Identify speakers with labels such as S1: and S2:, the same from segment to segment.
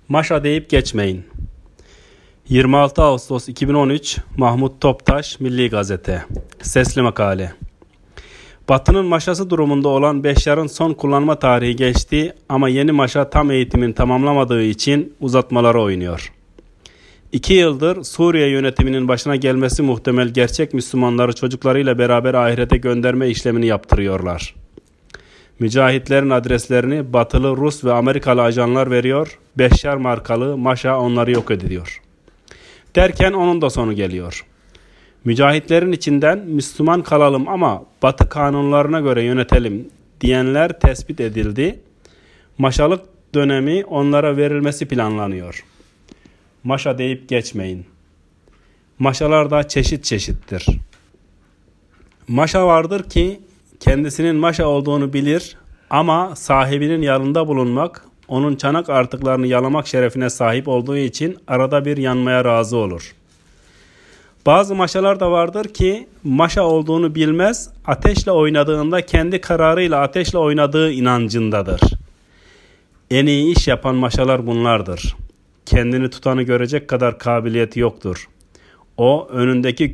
S1: Maşa deyip geçmeyin. 26 Ağustos 2013 Mahmut Toptaş Milli Gazete. Sesli makale. Batı'nın maşası durumunda olan Beşyar'ın son kullanma tarihi geçti ama yeni maşa tam eğitimini tamamlamadığı için uzatmaları oynuyor. 2 yıldır Suriye yönetiminin başına gelmesi muhtemel gerçek Müslümanları çocuklarıyla beraber ahirete gönderme işlemini yaptırıyorlar. Mücahitlerin adreslerini Batılı, Rus ve Amerikalı ajanlar veriyor, Beşyar markalı maşa onları yok ediyor. Derken onun da sonu geliyor. Mücahitlerin içinden Müslüman kalalım ama Batı kanunlarına göre yönetelim diyenler tespit edildi. Maşalık dönemi onlara verilmesi planlanıyor. Maşa deyip geçmeyin. Maşalar da çeşit çeşittir. Maşa vardır ki kendisinin maşa olduğunu bilir ama sahibinin yanında bulunmak, onun çanak artıklarını yalamak şerefine sahip olduğu için arada bir yanmaya razı olur. Bazı maşalar da vardır ki maşa olduğunu bilmez, ateşle oynadığında kendi kararıyla ateşle oynadığı inancındadır. En iyi iş yapan maşalar bunlardır. Kendini tutanı görecek kadar kabiliyeti yoktur. O önündeki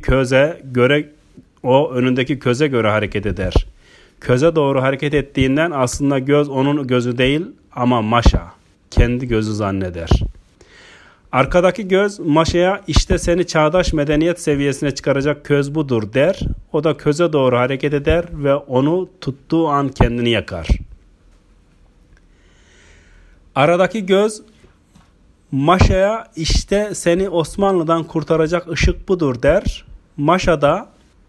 S1: köze göre hareket eder. Köze doğru hareket ettiğinden aslında göz onun gözü değil ama maşa kendi gözü zanneder. Arkadaki göz maşaya işte seni çağdaş medeniyet seviyesine çıkaracak köz budur der. O da köze doğru hareket eder ve onu tuttuğu an kendini yakar. Aradaki göz maşaya işte seni Osmanlı'dan kurtaracak ışık budur der. Maşa da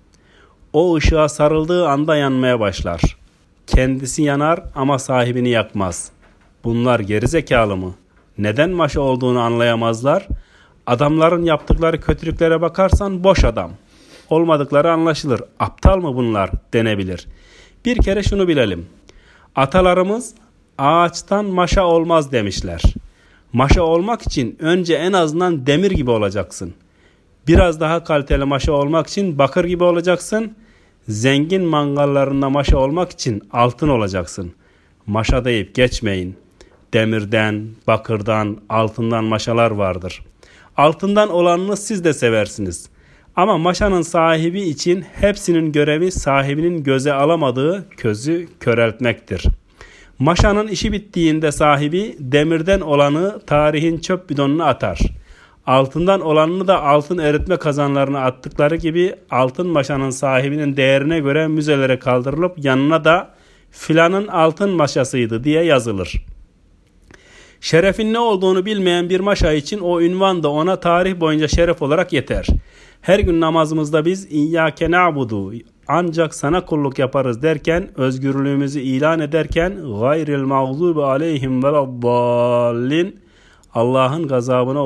S1: o ışığa sarıldığı anda yanmaya başlar. Kendisi yanar ama sahibini yakmaz. Bunlar gerizekalı mı? Neden maşa olduğunu anlayamazlar? Adamların yaptıkları kötülüklere bakarsan boş adam. Olmadıkları anlaşılır. Aptal mı bunlar denebilir. Bir kere şunu bilelim. Atalarımız ağaçtan maşa olmaz demişler. Maşa olmak için önce en azından demir gibi olacaksın. Biraz daha kaliteli maşa olmak için bakır gibi olacaksın. Zengin mangallarında maşa olmak için altın olacaksın. Maşa deyip geçmeyin. Demirden, bakırdan, altından maşalar vardır. Altından olanını siz de seversiniz. Ama maşanın sahibi için hepsinin görevi sahibinin göze alamadığı közü köreltmektir. Maşanın işi bittiğinde sahibi demirden olanı tarihin çöp bidonuna atar. Altından olanını da altın eritme kazanlarına attıkları gibi altın maşanın sahibinin değerine göre müzelere kaldırılıp yanına da filanın altın maşasıydı diye yazılır. Şerefin ne olduğunu bilmeyen bir maşa için o ünvan da ona tarih boyunca şeref olarak yeter. Her gün namazımızda biz İyyâke na'budu ancak sana kulluk yaparız derken, özgürlüğümüzü ilan ederken gayril mağzubi aleyhim veleddallin Allah'ın gazabına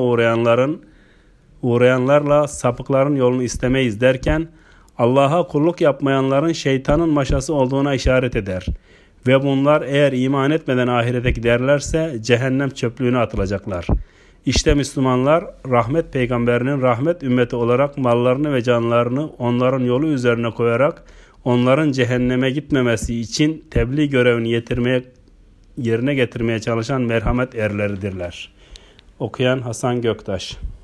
S1: uğrayanlarla sapıkların yolunu istemeyiz derken Allah'a kulluk yapmayanların şeytanın maşası olduğuna işaret eder. Ve bunlar eğer iman etmeden ahirete giderlerse cehennem çöplüğüne atılacaklar. İşte Müslümanlar rahmet peygamberinin rahmet ümmeti olarak mallarını ve canlarını onların yolu üzerine koyarak onların cehenneme gitmemesi için tebliğ görevini yerine getirmeye çalışan merhamet erleridirler. Okuyan Hasan Göktaş.